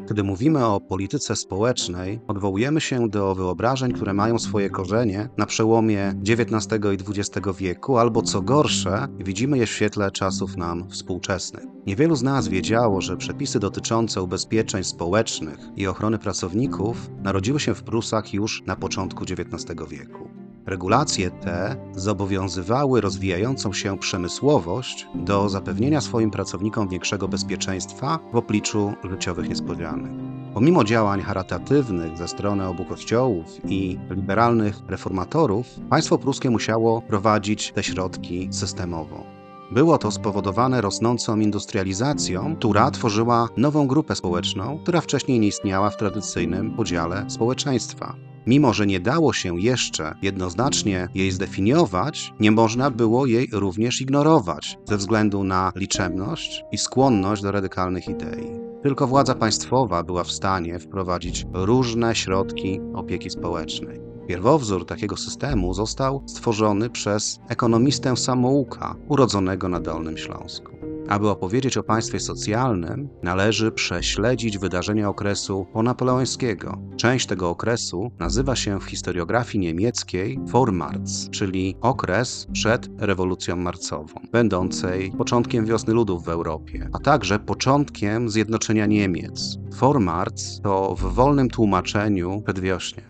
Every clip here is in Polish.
Kiedy mówimy o polityce społecznej, odwołujemy się do wyobrażeń, które mają swoje korzenie na przełomie XIX i XX wieku, albo co gorsze, widzimy je w świetle czasów nam współczesnych. Niewielu z nas wiedziało, że przepisy dotyczące ubezpieczeń społecznych i ochrony pracowników narodziły się w Prusach już na początku XIX wieku. Regulacje te zobowiązywały rozwijającą się przemysłowość do zapewnienia swoim pracownikom większego bezpieczeństwa w obliczu życiowych niespodzianek. Pomimo działań charytatywnych ze strony obu kościołów i liberalnych reformatorów, państwo pruskie musiało prowadzić te środki systemowo. Było to spowodowane rosnącą industrializacją, która tworzyła nową grupę społeczną, która wcześniej nie istniała w tradycyjnym podziale społeczeństwa. Mimo że nie dało się jeszcze jednoznacznie jej zdefiniować, nie można było jej również ignorować ze względu na liczebność i skłonność do radykalnych idei. Tylko władza państwowa była w stanie wprowadzić różne środki opieki społecznej. Pierwowzór takiego systemu został stworzony przez ekonomistę samouka urodzonego na Dolnym Śląsku. Aby opowiedzieć o państwie socjalnym, należy prześledzić wydarzenia okresu ponapoleońskiego. Część tego okresu nazywa się w historiografii niemieckiej Vormärz, czyli okres przed rewolucją marcową, będącej początkiem wiosny ludów w Europie, a także początkiem zjednoczenia Niemiec. Vormärz to w wolnym tłumaczeniu przedwiośnie.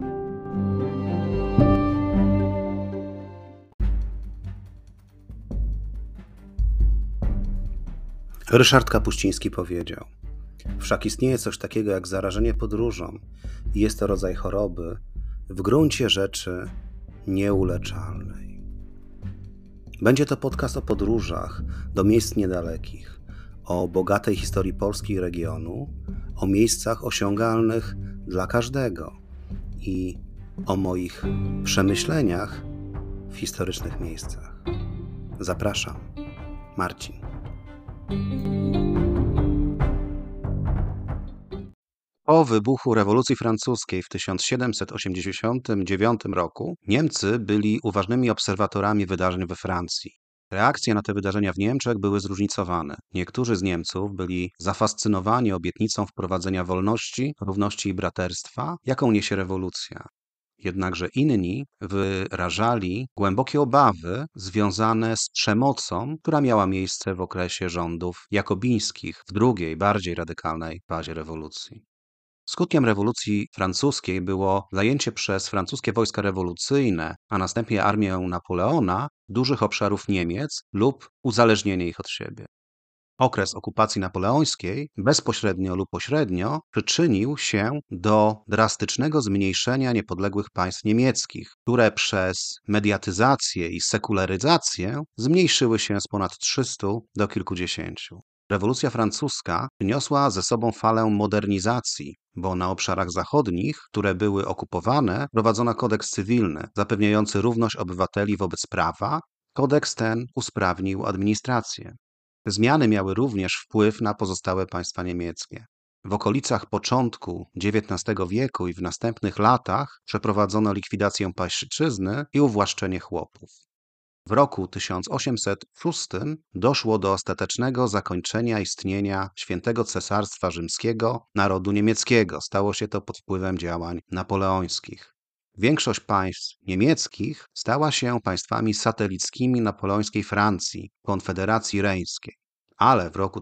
Ryszard Kapuściński powiedział: wszak istnieje coś takiego jak zarażenie podróżą i jest to rodzaj choroby w gruncie rzeczy nieuleczalnej. Będzie to podcast o podróżach do miejsc niedalekich, o bogatej historii Polski i regionu, o miejscach osiągalnych dla każdego i o moich przemyśleniach w historycznych miejscach. Zapraszam, Marcin. Po wybuchu rewolucji francuskiej w 1789 roku Niemcy byli uważnymi obserwatorami wydarzeń we Francji. Reakcje na te wydarzenia w Niemczech były zróżnicowane. Niektórzy z Niemców byli zafascynowani obietnicą wprowadzenia wolności, równości i braterstwa, jaką niesie rewolucja. Jednakże inni wyrażali głębokie obawy związane z przemocą, która miała miejsce w okresie rządów jakobińskich w drugiej, bardziej radykalnej fazie rewolucji. Skutkiem rewolucji francuskiej było zajęcie przez francuskie wojska rewolucyjne, a następnie armię Napoleona, dużych obszarów Niemiec lub uzależnienie ich od siebie. Okres okupacji napoleońskiej bezpośrednio lub pośrednio przyczynił się do drastycznego zmniejszenia niepodległych państw niemieckich, które przez mediatyzację i sekularyzację zmniejszyły się z ponad 300 do kilkudziesięciu. Rewolucja francuska przyniosła ze sobą falę modernizacji, bo na obszarach zachodnich, które były okupowane, prowadzono kodeks cywilny zapewniający równość obywateli wobec prawa. Kodeks ten usprawnił administrację. Te zmiany miały również wpływ na pozostałe państwa niemieckie. W okolicach początku XIX wieku i w następnych latach przeprowadzono likwidację pańszczyzny i uwłaszczenie chłopów. W roku 1806 doszło do ostatecznego zakończenia istnienia Świętego Cesarstwa Rzymskiego Narodu Niemieckiego. Stało się to pod wpływem działań napoleońskich. Większość państw niemieckich stała się państwami satelickimi napoleońskiej Francji, Konfederacji Reńskiej. Ale w roku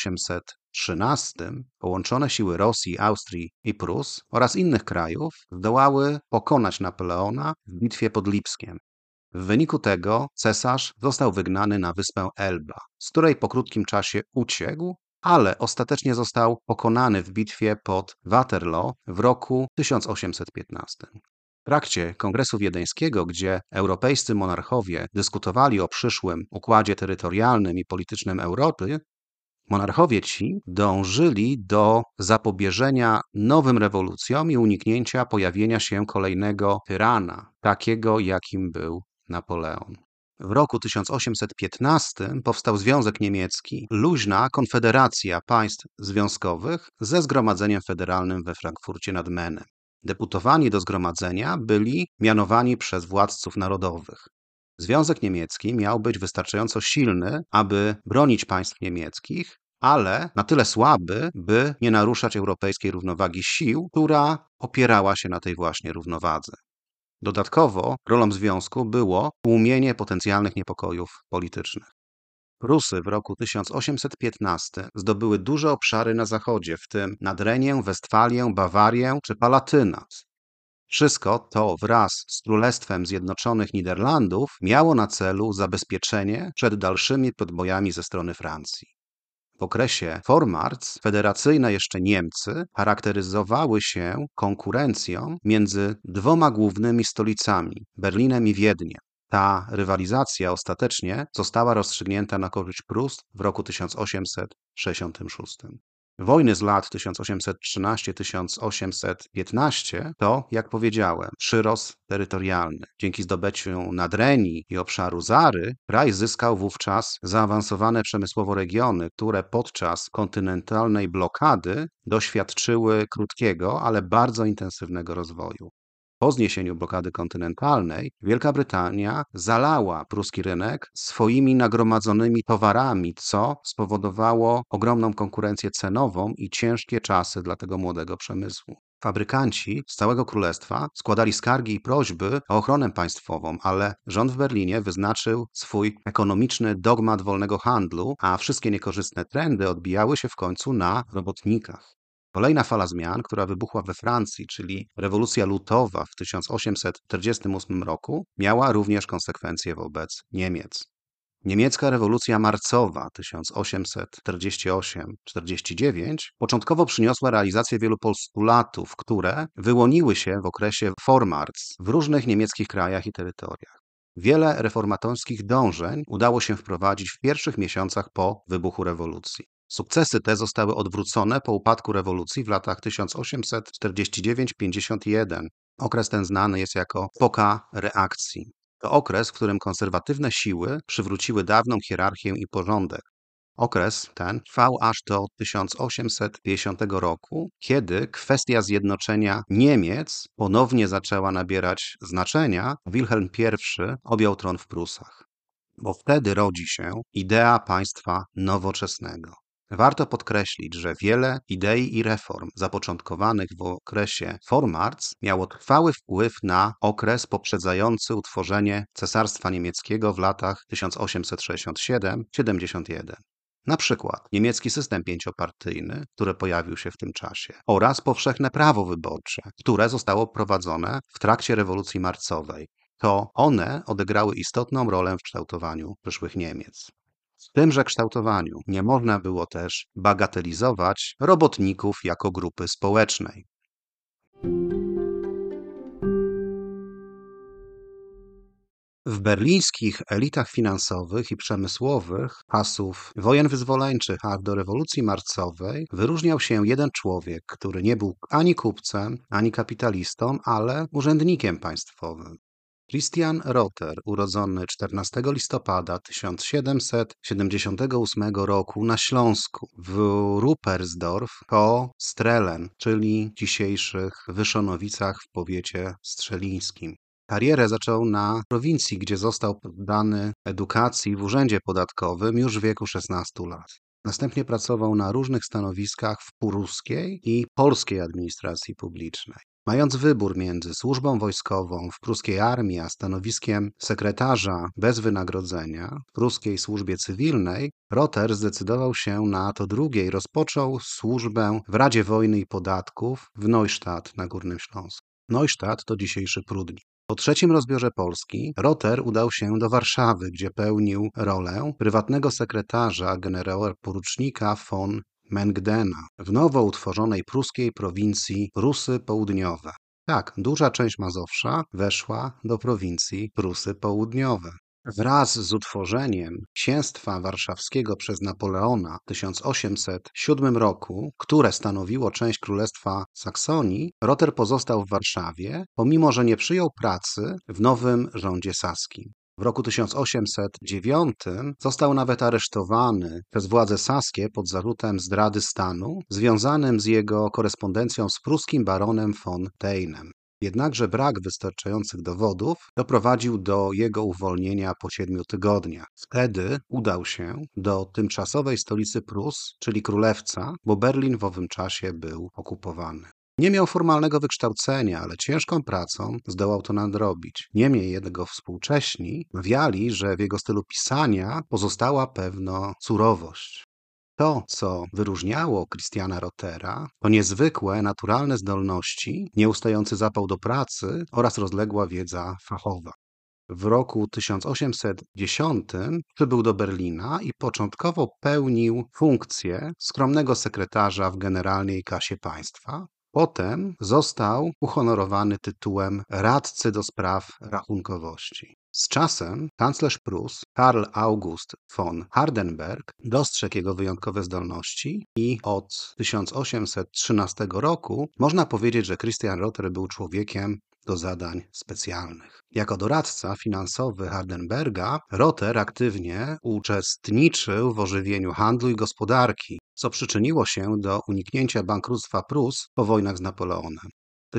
1813 połączone siły Rosji, Austrii i Prus oraz innych krajów zdołały pokonać Napoleona w bitwie pod Lipskiem. W wyniku tego cesarz został wygnany na wyspę Elba, z której po krótkim czasie uciekł, ale ostatecznie został pokonany w bitwie pod Waterloo w roku 1815. W trakcie Kongresu Wiedeńskiego, gdzie europejscy monarchowie dyskutowali o przyszłym układzie terytorialnym i politycznym Europy, monarchowie ci dążyli do zapobieżenia nowym rewolucjom i uniknięcia pojawienia się kolejnego tyrana, takiego jakim był Napoleon. W roku 1815 powstał Związek Niemiecki, luźna konfederacja państw związkowych ze zgromadzeniem federalnym we Frankfurcie nad Menem. Deputowani do zgromadzenia byli mianowani przez władców narodowych. Związek Niemiecki miał być wystarczająco silny, aby bronić państw niemieckich, ale na tyle słaby, by nie naruszać europejskiej równowagi sił, która opierała się na tej właśnie równowadze. Dodatkowo rolą związku było tłumienie potencjalnych niepokojów politycznych. Prusy w roku 1815 zdobyły duże obszary na zachodzie, w tym Nadrenię, Westfalię, Bawarię czy Palatynat. Wszystko to wraz z Królestwem Zjednoczonych Niderlandów miało na celu zabezpieczenie przed dalszymi podbojami ze strony Francji. W okresie Vormarz federacyjne jeszcze Niemcy charakteryzowały się konkurencją między dwoma głównymi stolicami, Berlinem i Wiedniem. Ta rywalizacja ostatecznie została rozstrzygnięta na korzyść Prus w roku 1866. Wojny z lat 1813-1815 to, jak powiedziałem, przyrost terytorialny. Dzięki zdobyciu Nadrenii i obszaru Zary kraj zyskał wówczas zaawansowane przemysłowo regiony, które podczas kontynentalnej blokady doświadczyły krótkiego, ale bardzo intensywnego rozwoju. Po zniesieniu blokady kontynentalnej Wielka Brytania zalała pruski rynek swoimi nagromadzonymi towarami, co spowodowało ogromną konkurencję cenową i ciężkie czasy dla tego młodego przemysłu. Fabrykanci z całego królestwa składali skargi i prośby o ochronę państwową, ale rząd w Berlinie wyznaczył swój ekonomiczny dogmat wolnego handlu, a wszystkie niekorzystne trendy odbijały się w końcu na robotnikach. Kolejna fala zmian, która wybuchła we Francji, czyli rewolucja lutowa w 1848 roku, miała również konsekwencje wobec Niemiec. Niemiecka rewolucja marcowa 1848-49 początkowo przyniosła realizację wielu postulatów, które wyłoniły się w okresie Vormarz w różnych niemieckich krajach i terytoriach. Wiele reformatorskich dążeń udało się wprowadzić w pierwszych miesiącach po wybuchu rewolucji. Sukcesy te zostały odwrócone po upadku rewolucji w latach 1849-51. Okres ten znany jest jako epoka reakcji. To okres, w którym konserwatywne siły przywróciły dawną hierarchię i porządek. Okres ten trwał aż do 1850 roku, kiedy kwestia zjednoczenia Niemiec ponownie zaczęła nabierać znaczenia, a Wilhelm I objął tron w Prusach. Bo wtedy rodzi się idea państwa nowoczesnego. Warto podkreślić, że wiele idei i reform zapoczątkowanych w okresie Vormarz miało trwały wpływ na okres poprzedzający utworzenie Cesarstwa Niemieckiego w latach 1867-71. Na przykład niemiecki system pięciopartyjny, który pojawił się w tym czasie, oraz powszechne prawo wyborcze, które zostało wprowadzone w trakcie rewolucji marcowej. To one odegrały istotną rolę w kształtowaniu przyszłych Niemiec. W tymże kształtowaniu nie można było też bagatelizować robotników jako grupy społecznej. W berlińskich elitach finansowych i przemysłowych czasów wojen wyzwoleńczych aż do rewolucji marcowej wyróżniał się jeden człowiek, który nie był ani kupcem, ani kapitalistą, ale urzędnikiem państwowym. Christian Rother, urodzony 14 listopada 1778 roku na Śląsku w Ruppersdorf koło Strelen, czyli dzisiejszych Wyszonowicach w powiecie strzelińskim. Karierę zaczął na prowincji, gdzie został poddany edukacji w urzędzie podatkowym już w wieku 16 lat. Następnie pracował na różnych stanowiskach w pruskiej i polskiej administracji publicznej. Mając wybór między służbą wojskową w pruskiej armii a stanowiskiem sekretarza bez wynagrodzenia w pruskiej służbie cywilnej, Rother zdecydował się na to drugie i rozpoczął służbę w Radzie Wojny i Podatków w Neustadt na Górnym Śląsku. Neustadt to dzisiejszy Prudnik. Po trzecim rozbiorze Polski Rother udał się do Warszawy, gdzie pełnił rolę prywatnego sekretarza generała porucznika von Mengdena w nowo utworzonej pruskiej prowincji Prusy Południowe. Tak, duża część Mazowsza weszła do prowincji Prusy Południowe. Wraz z utworzeniem księstwa warszawskiego przez Napoleona w 1807 roku, które stanowiło część Królestwa Saksonii, Rother pozostał w Warszawie, pomimo że nie przyjął pracy w nowym rządzie saskim. W roku 1809 został nawet aresztowany przez władze saskie pod zarzutem zdrady stanu, związanym z jego korespondencją z pruskim baronem von Theinem. Jednakże brak wystarczających dowodów doprowadził do jego uwolnienia po 7 tygodniach. Wtedy udał się do tymczasowej stolicy Prus, czyli Królewca, bo Berlin w owym czasie był okupowany. Nie miał formalnego wykształcenia, ale ciężką pracą zdołał to nadrobić. Niemniej jego współcześni mawiali, że w jego stylu pisania pozostała pewna surowość. To, co wyróżniało Christiana Rothera, to niezwykłe, naturalne zdolności, nieustający zapał do pracy oraz rozległa wiedza fachowa. W roku 1810 przybył do Berlina i początkowo pełnił funkcję skromnego sekretarza w Generalnej Kasie Państwa. Potem został uhonorowany tytułem radcy do spraw rachunkowości. Z czasem kanclerz Prus Karl August von Hardenberg dostrzegł jego wyjątkowe zdolności i od 1813 roku można powiedzieć, że Christian Rother był człowiekiem do zadań specjalnych. Jako doradca finansowy Hardenberga, Rother aktywnie uczestniczył w ożywieniu handlu i gospodarki, co przyczyniło się do uniknięcia bankructwa Prus po wojnach z Napoleonem. W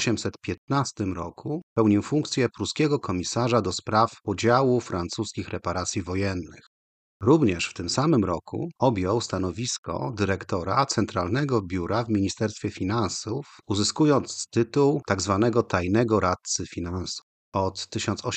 1815 roku pełnił funkcję pruskiego komisarza do spraw podziału francuskich reparacji wojennych. Również w tym samym roku objął stanowisko dyrektora Centralnego Biura w Ministerstwie Finansów, uzyskując tytuł tzw. tajnego radcy finansów. Od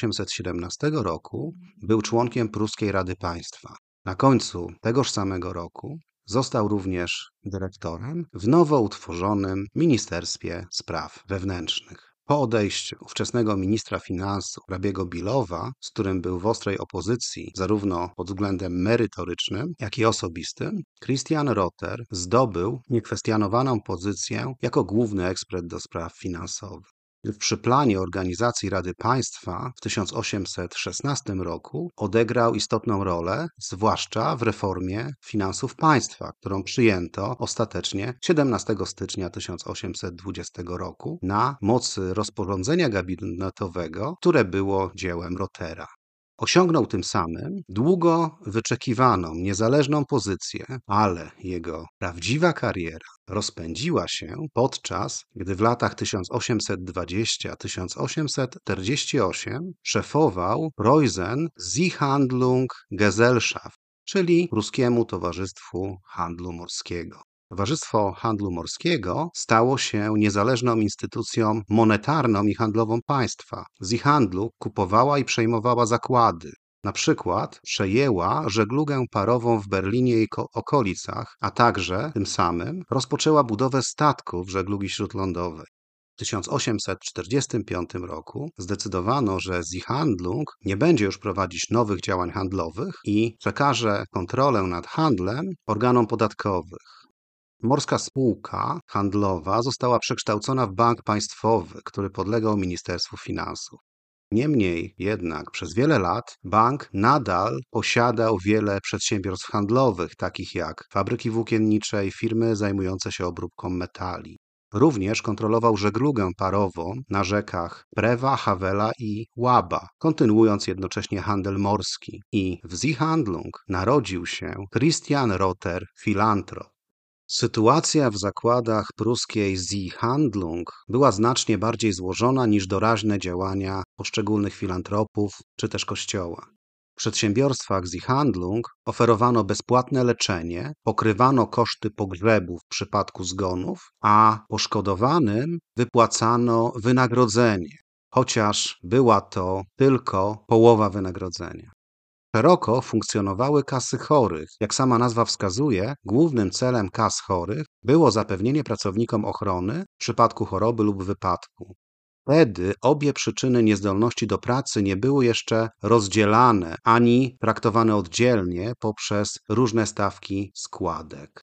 1817 roku był członkiem Pruskiej Rady Państwa. Na końcu tegoż samego roku został również dyrektorem w nowo utworzonym Ministerstwie Spraw Wewnętrznych. Po odejściu ówczesnego ministra finansów hrabiego Bilowa, z którym był w ostrej opozycji zarówno pod względem merytorycznym, jak i osobistym, Christian Rother zdobył niekwestionowaną pozycję jako główny ekspert do spraw finansowych. Przy planie organizacji Rady Państwa w 1816 roku odegrał istotną rolę, zwłaszcza w reformie finansów państwa, którą przyjęto ostatecznie 17 stycznia 1820 roku na mocy rozporządzenia gabinetowego, które było dziełem Rothera. Osiągnął tym samym długo wyczekiwaną, niezależną pozycję, ale jego prawdziwa kariera rozpędziła się podczas gdy w latach 1820-1848 szefował Preußen Seehandlung Gesellschaft, czyli Pruskiemu Towarzystwu Handlu Morskiego. Towarzystwo Handlu Morskiego stało się niezależną instytucją monetarną i handlową państwa. Seehandlung kupowała i przejmowała zakłady. Na przykład przejęła żeglugę parową w Berlinie i okolicach, a także tym samym rozpoczęła budowę statków żeglugi śródlądowej. W 1845 roku zdecydowano, że Seehandlung nie będzie już prowadzić nowych działań handlowych i przekaże kontrolę nad handlem organom podatkowych. Morska spółka handlowa została przekształcona w bank państwowy, który podlegał Ministerstwu Finansów. Niemniej jednak przez wiele lat bank nadal posiadał wiele przedsiębiorstw handlowych, takich jak fabryki włókiennicze i firmy zajmujące się obróbką metali. Również kontrolował żeglugę parową na rzekach Prewa, Havela i Łaba, kontynuując jednocześnie handel morski. I w Seehandlung narodził się Christian Rother, filantrop. Sytuacja w zakładach pruskiej Seehandlung była znacznie bardziej złożona niż doraźne działania poszczególnych filantropów czy też kościoła. W przedsiębiorstwach Seehandlung oferowano bezpłatne leczenie, pokrywano koszty pogrzebów w przypadku zgonów, a poszkodowanym wypłacano wynagrodzenie, chociaż była to tylko połowa wynagrodzenia. Szeroko funkcjonowały kasy chorych. Jak sama nazwa wskazuje, głównym celem kas chorych było zapewnienie pracownikom ochrony w przypadku choroby lub wypadku. Wtedy obie przyczyny niezdolności do pracy nie były jeszcze rozdzielane ani traktowane oddzielnie poprzez różne stawki składek.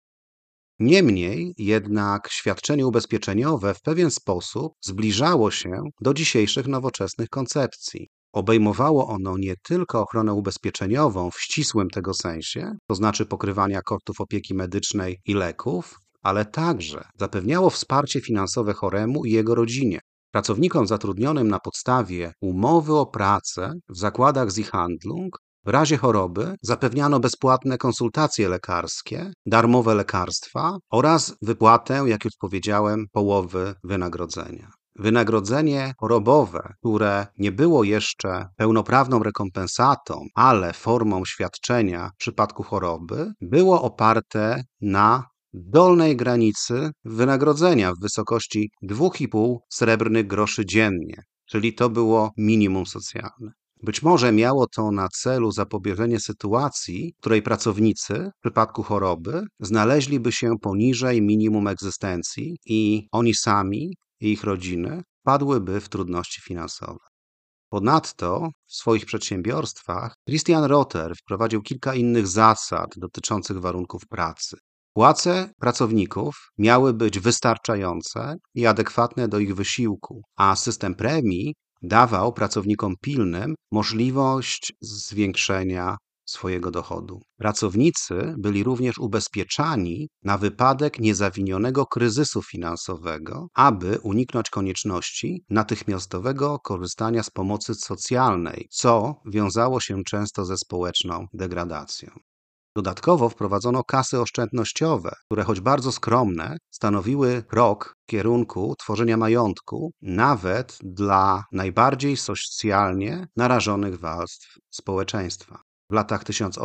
Niemniej jednak świadczenie ubezpieczeniowe w pewien sposób zbliżało się do dzisiejszych nowoczesnych koncepcji. Obejmowało ono nie tylko ochronę ubezpieczeniową w ścisłym tego sensie, to znaczy pokrywania kosztów opieki medycznej i leków, ale także zapewniało wsparcie finansowe choremu i jego rodzinie. Pracownikom zatrudnionym na podstawie umowy o pracę w zakładach Seehandlung w razie choroby zapewniano bezpłatne konsultacje lekarskie, darmowe lekarstwa oraz wypłatę, jak już powiedziałem, połowy wynagrodzenia. Wynagrodzenie chorobowe, które nie było jeszcze pełnoprawną rekompensatą, ale formą świadczenia w przypadku choroby, było oparte na dolnej granicy wynagrodzenia w wysokości 2,5 srebrnych groszy dziennie, czyli to było minimum socjalne. Być może miało to na celu zapobieżenie sytuacji, w której pracownicy w przypadku choroby znaleźliby się poniżej minimum egzystencji i oni sami i ich rodziny wpadłyby w trudności finansowe. Ponadto w swoich przedsiębiorstwach Christian Rother wprowadził kilka innych zasad dotyczących warunków pracy. Płace pracowników miały być wystarczające i adekwatne do ich wysiłku, a system premii dawał pracownikom pilnym możliwość zwiększenia swojego dochodu. Pracownicy byli również ubezpieczani na wypadek niezawinionego kryzysu finansowego, aby uniknąć konieczności natychmiastowego korzystania z pomocy socjalnej, co wiązało się często ze społeczną degradacją. Dodatkowo wprowadzono kasy oszczędnościowe, które choć bardzo skromne, stanowiły krok w kierunku tworzenia majątku nawet dla najbardziej socjalnie narażonych warstw społeczeństwa. W latach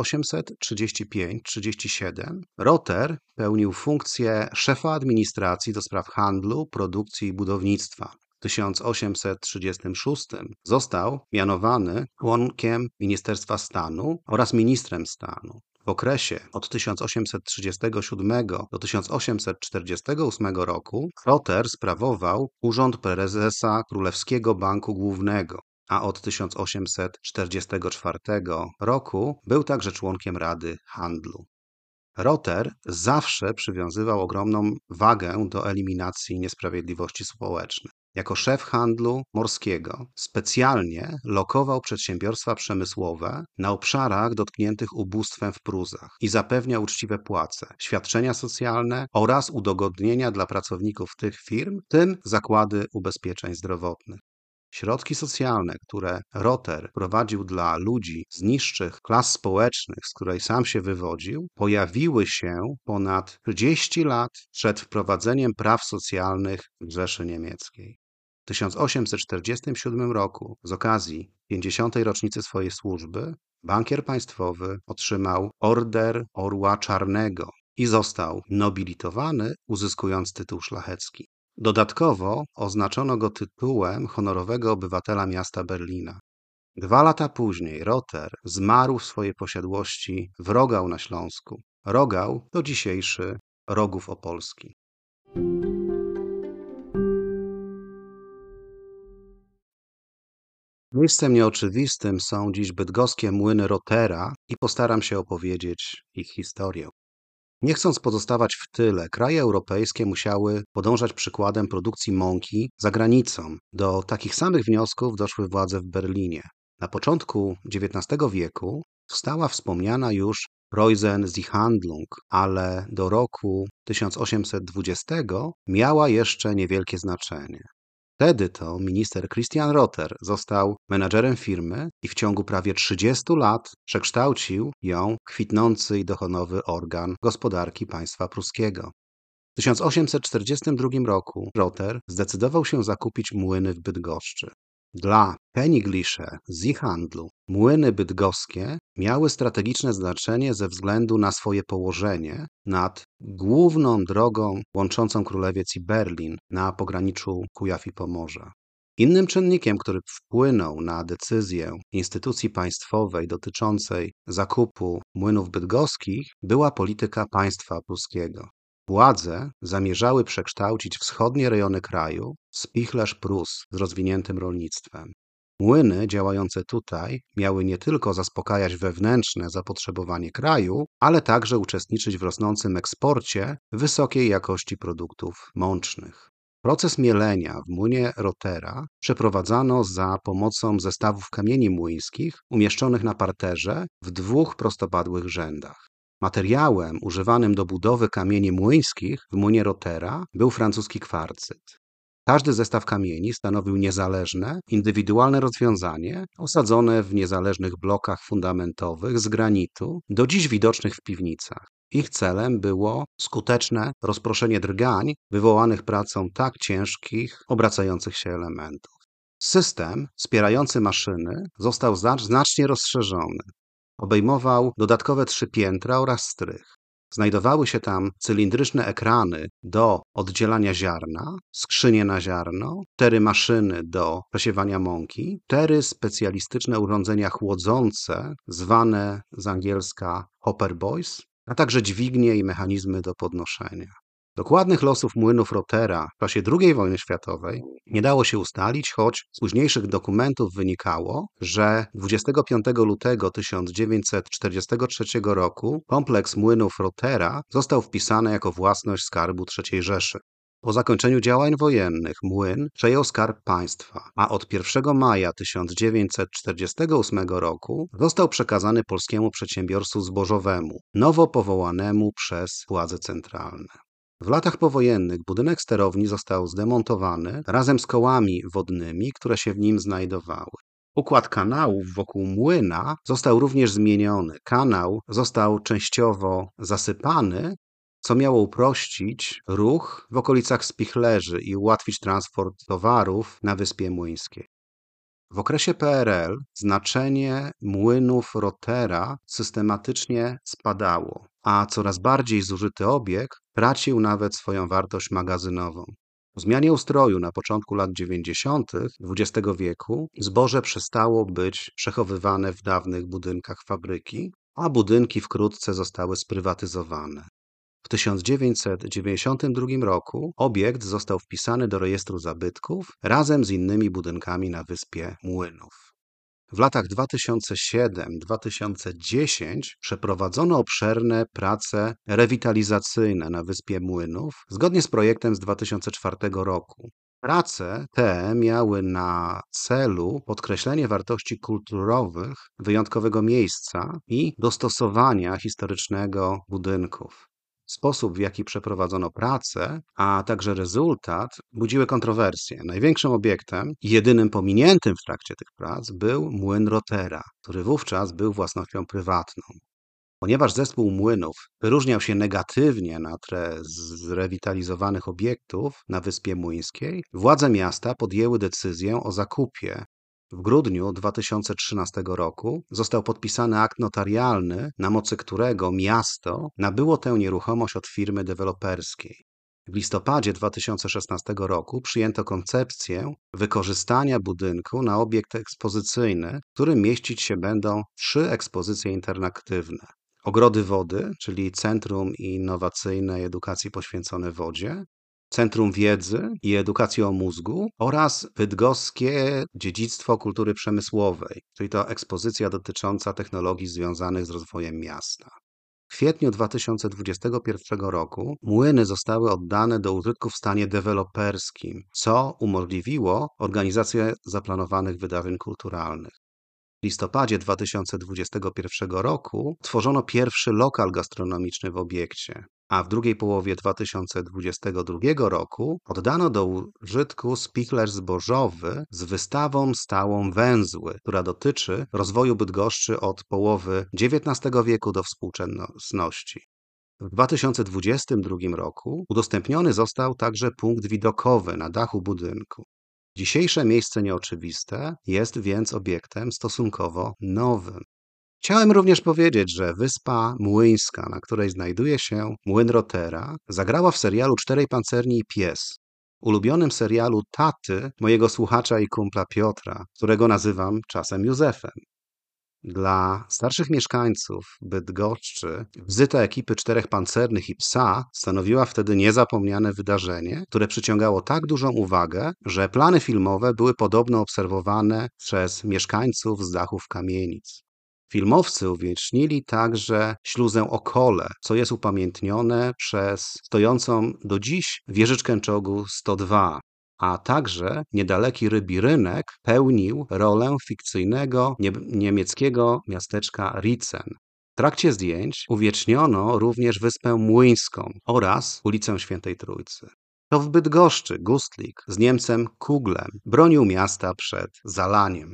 1835-37 Rother pełnił funkcję szefa administracji do spraw handlu, produkcji i budownictwa. W 1836 został mianowany członkiem Ministerstwa Stanu oraz ministrem stanu. W okresie od 1837 do 1848 roku Rother sprawował urząd prezesa Królewskiego Banku Głównego, a od 1844 roku był także członkiem Rady Handlu. Rother zawsze przywiązywał ogromną wagę do eliminacji niesprawiedliwości społecznych. Jako szef handlu morskiego specjalnie lokował przedsiębiorstwa przemysłowe na obszarach dotkniętych ubóstwem w Prusach i zapewniał uczciwe płace, świadczenia socjalne oraz udogodnienia dla pracowników tych firm, w tym zakłady ubezpieczeń zdrowotnych. Środki socjalne, które Rother prowadził dla ludzi z niższych klas społecznych, z której sam się wywodził, pojawiły się ponad 30 lat przed wprowadzeniem praw socjalnych w Rzeszy Niemieckiej. W 1847 roku, z okazji 50. rocznicy swojej służby, bankier państwowy otrzymał Order Orła Czarnego i został nobilitowany, uzyskując tytuł szlachecki. Dodatkowo oznaczono go tytułem honorowego obywatela miasta Berlina. 2 lata później Rother zmarł w swojej posiadłości w Rogał na Śląsku. Rogał to dzisiejszy Rogów Opolski. Miejscem nieoczywistym są dziś bydgoskie młyny Rothera i postaram się opowiedzieć ich historię. Nie chcąc pozostawać w tyle, kraje europejskie musiały podążać przykładem produkcji mąki za granicą. Do takich samych wniosków doszły władze w Berlinie. Na początku XIX wieku powstała wspomniana już Preußensiedlung, ale do roku 1820 miała jeszcze niewielkie znaczenie. Wtedy to minister Christian Rother został menadżerem firmy i w ciągu prawie 30 lat przekształcił ją w kwitnący i dochodowy organ gospodarki państwa pruskiego. W 1842 roku Rother zdecydował się zakupić młyny w Bydgoszczy. Dla Königliche Seehandlu młyny bydgoskie miały strategiczne znaczenie ze względu na swoje położenie nad główną drogą łączącą Królewiec i Berlin na pograniczu Kujaw i Pomorza. Innym czynnikiem, który wpłynął na decyzję instytucji państwowej dotyczącej zakupu młynów bydgoskich, była polityka państwa pruskiego. Władze zamierzały przekształcić wschodnie rejony kraju w spichlerz Prus z rozwiniętym rolnictwem. Młyny działające tutaj miały nie tylko zaspokajać wewnętrzne zapotrzebowanie kraju, ale także uczestniczyć w rosnącym eksporcie wysokiej jakości produktów mącznych. Proces mielenia w młynie Rothera przeprowadzano za pomocą zestawów kamieni młyńskich umieszczonych na parterze w 2 prostopadłych rzędach. Materiałem używanym do budowy kamieni młyńskich w młynie Rothera był francuski kwarcyt. Każdy zestaw kamieni stanowił niezależne, indywidualne rozwiązanie, osadzone w niezależnych blokach fundamentowych z granitu, do dziś widocznych w piwnicach. Ich celem było skuteczne rozproszenie drgań wywołanych pracą tak ciężkich, obracających się elementów. System wspierający maszyny został znacznie rozszerzony. Obejmował dodatkowe 3 piętra oraz strych. Znajdowały się tam cylindryczne ekrany do oddzielania ziarna, skrzynie na ziarno, 4 maszyny do przesiewania mąki, 4 specjalistyczne urządzenia chłodzące, zwane z angielska hopper boys, a także dźwignie i mechanizmy do podnoszenia. Dokładnych losów młynów Rotera w czasie II wojny światowej nie dało się ustalić, choć z późniejszych dokumentów wynikało, że 25 lutego 1943 roku kompleks młynów Rotera został wpisany jako własność Skarbu III Rzeszy. Po zakończeniu działań wojennych młyn przejął Skarb Państwa, a od 1 maja 1948 roku został przekazany polskiemu przedsiębiorstwu zbożowemu, nowo powołanemu przez władze centralne. W latach powojennych budynek sterowni został zdemontowany razem z kołami wodnymi, które się w nim znajdowały. Układ kanałów wokół młyna został również zmieniony. Kanał został częściowo zasypany, co miało uprościć ruch w okolicach spichlerzy i ułatwić transport towarów na Wyspie Młyńskiej. W okresie PRL znaczenie młynów Rotera systematycznie spadało, a coraz bardziej zużyty obiekt tracił nawet swoją wartość magazynową. Po zmianie ustroju na początku lat 90. XX wieku zboże przestało być przechowywane w dawnych budynkach fabryki, a budynki wkrótce zostały sprywatyzowane. W 1992 roku obiekt został wpisany do rejestru zabytków razem z innymi budynkami na Wyspie Młynów. W latach 2007-2010 przeprowadzono obszerne prace rewitalizacyjne na Wyspie Młynów zgodnie z projektem z 2004 roku. Prace te miały na celu podkreślenie wartości kulturowych wyjątkowego miejsca i dostosowania historycznego budynków. Sposób, w jaki przeprowadzono pracę, a także rezultat budziły kontrowersje. Największym obiektem i jedynym pominiętym w trakcie tych prac był młyn Rotera, który wówczas był własnością prywatną. Ponieważ zespół młynów wyróżniał się negatywnie na tle zrewitalizowanych obiektów na Wyspie Młyńskiej, władze miasta podjęły decyzję o zakupie. W grudniu 2013 roku został podpisany akt notarialny, na mocy którego miasto nabyło tę nieruchomość od firmy deweloperskiej. W listopadzie 2016 roku przyjęto koncepcję wykorzystania budynku na obiekt ekspozycyjny, w którym mieścić się będą 3 ekspozycje interaktywne. Ogrody Wody, czyli Centrum Innowacyjnej Edukacji poświęcone wodzie, Centrum Wiedzy i Edukacji o Mózgu oraz Bydgoskie Dziedzictwo Kultury Przemysłowej, czyli to ekspozycja dotycząca technologii związanych z rozwojem miasta. W kwietniu 2021 roku młyny zostały oddane do użytku w stanie deweloperskim, co umożliwiło organizację zaplanowanych wydarzeń kulturalnych. W listopadzie 2021 roku tworzono pierwszy lokal gastronomiczny w obiekcie, a w drugiej połowie 2022 roku oddano do użytku spichlerz zbożowy z wystawą stałą Węzły, która dotyczy rozwoju Bydgoszczy od połowy XIX wieku do współczesności. W 2022 roku udostępniony został także punkt widokowy na dachu budynku. Dzisiejsze miejsce nieoczywiste jest więc obiektem stosunkowo nowym. Chciałem również powiedzieć, że Wyspa Młyńska, na której znajduje się młyn Rotera, zagrała w serialu Czterej pancerni i pies, ulubionym serialu taty mojego słuchacza i kumpla Piotra, którego nazywam czasem Józefem. Dla starszych mieszkańców Bydgoszczy wizyta ekipy Czterech Pancernych i psa stanowiła wtedy niezapomniane wydarzenie, które przyciągało tak dużą uwagę, że plany filmowe były podobno obserwowane przez mieszkańców z dachów kamienic. Filmowcy uwiecznili także śluzę Okole, co jest upamiętnione przez stojącą do dziś wieżyczkę czołgu 102, a także niedaleki Rybi Rynek pełnił rolę fikcyjnego niemieckiego miasteczka Ritzen. W trakcie zdjęć uwieczniono również Wyspę Młyńską oraz ulicę Świętej Trójcy. To w Bydgoszczy Gustlik z Niemcem Kuglem bronił miasta przed zalaniem.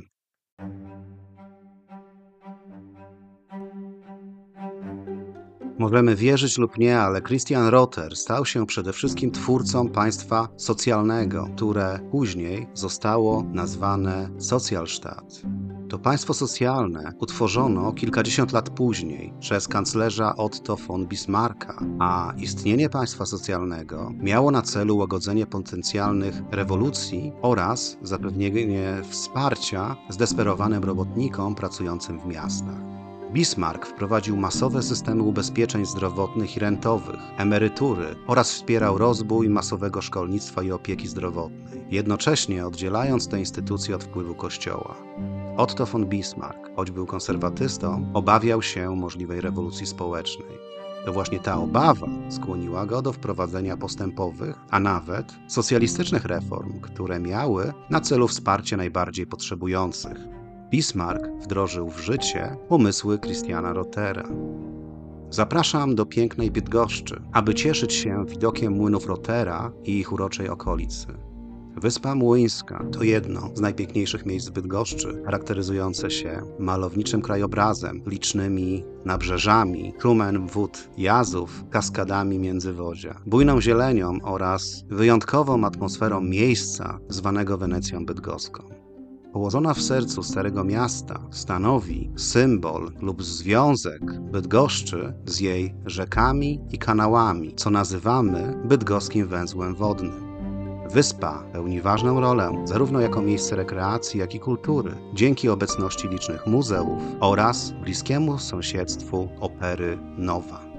Możemy wierzyć lub nie, ale Christian Rother stał się przede wszystkim twórcą państwa socjalnego, które później zostało nazwane Sozialstaat. To państwo socjalne utworzono kilkadziesiąt lat później przez kanclerza Otto von Bismarcka, a istnienie państwa socjalnego miało na celu łagodzenie potencjalnych rewolucji oraz zapewnienie wsparcia zdesperowanym robotnikom pracującym w miastach. Bismarck wprowadził masowe systemy ubezpieczeń zdrowotnych i rentowych, emerytury oraz wspierał rozwój masowego szkolnictwa i opieki zdrowotnej, jednocześnie oddzielając te instytucje od wpływu Kościoła. Otto von Bismarck, choć był konserwatystą, obawiał się możliwej rewolucji społecznej. To właśnie ta obawa skłoniła go do wprowadzenia postępowych, a nawet socjalistycznych reform, które miały na celu wsparcie najbardziej potrzebujących. Bismarck wdrożył w życie pomysły Christiana Rothera. Zapraszam do pięknej Bydgoszczy, aby cieszyć się widokiem młynów Rothera i ich uroczej okolicy. Wyspa Młyńska to jedno z najpiękniejszych miejsc w Bydgoszczy, charakteryzujące się malowniczym krajobrazem, licznymi nabrzeżami, trumem wód, jazów, kaskadami międzywozia, bujną zielenią oraz wyjątkową atmosferą miejsca zwanego Wenecją bydgoską. Położona w sercu Starego Miasta, stanowi symbol lub związek Bydgoszczy z jej rzekami i kanałami, co nazywamy bydgoskim węzłem wodnym. Wyspa pełni ważną rolę zarówno jako miejsce rekreacji, jak i kultury, dzięki obecności licznych muzeów oraz bliskiemu sąsiedztwu Opery Nowa.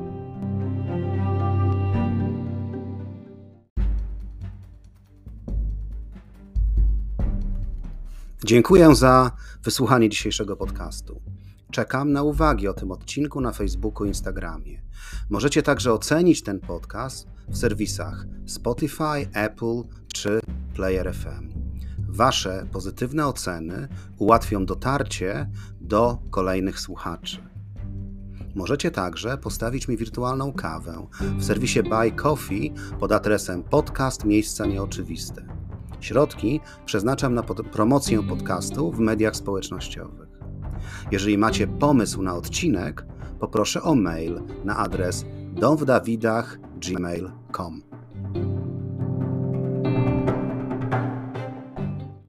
Dziękuję za wysłuchanie dzisiejszego podcastu. Czekam na uwagi o tym odcinku na Facebooku i Instagramie. Możecie także ocenić ten podcast w serwisach Spotify, Apple czy Player FM. Wasze pozytywne oceny ułatwią dotarcie do kolejnych słuchaczy. Możecie także postawić mi wirtualną kawę w serwisie Buy Coffee pod adresem podcast Miejsca Nieoczywiste. Środki przeznaczam na promocję podcastu w mediach społecznościowych. Jeżeli macie pomysł na odcinek, poproszę o mail na adres domwdawidach@gmail.com.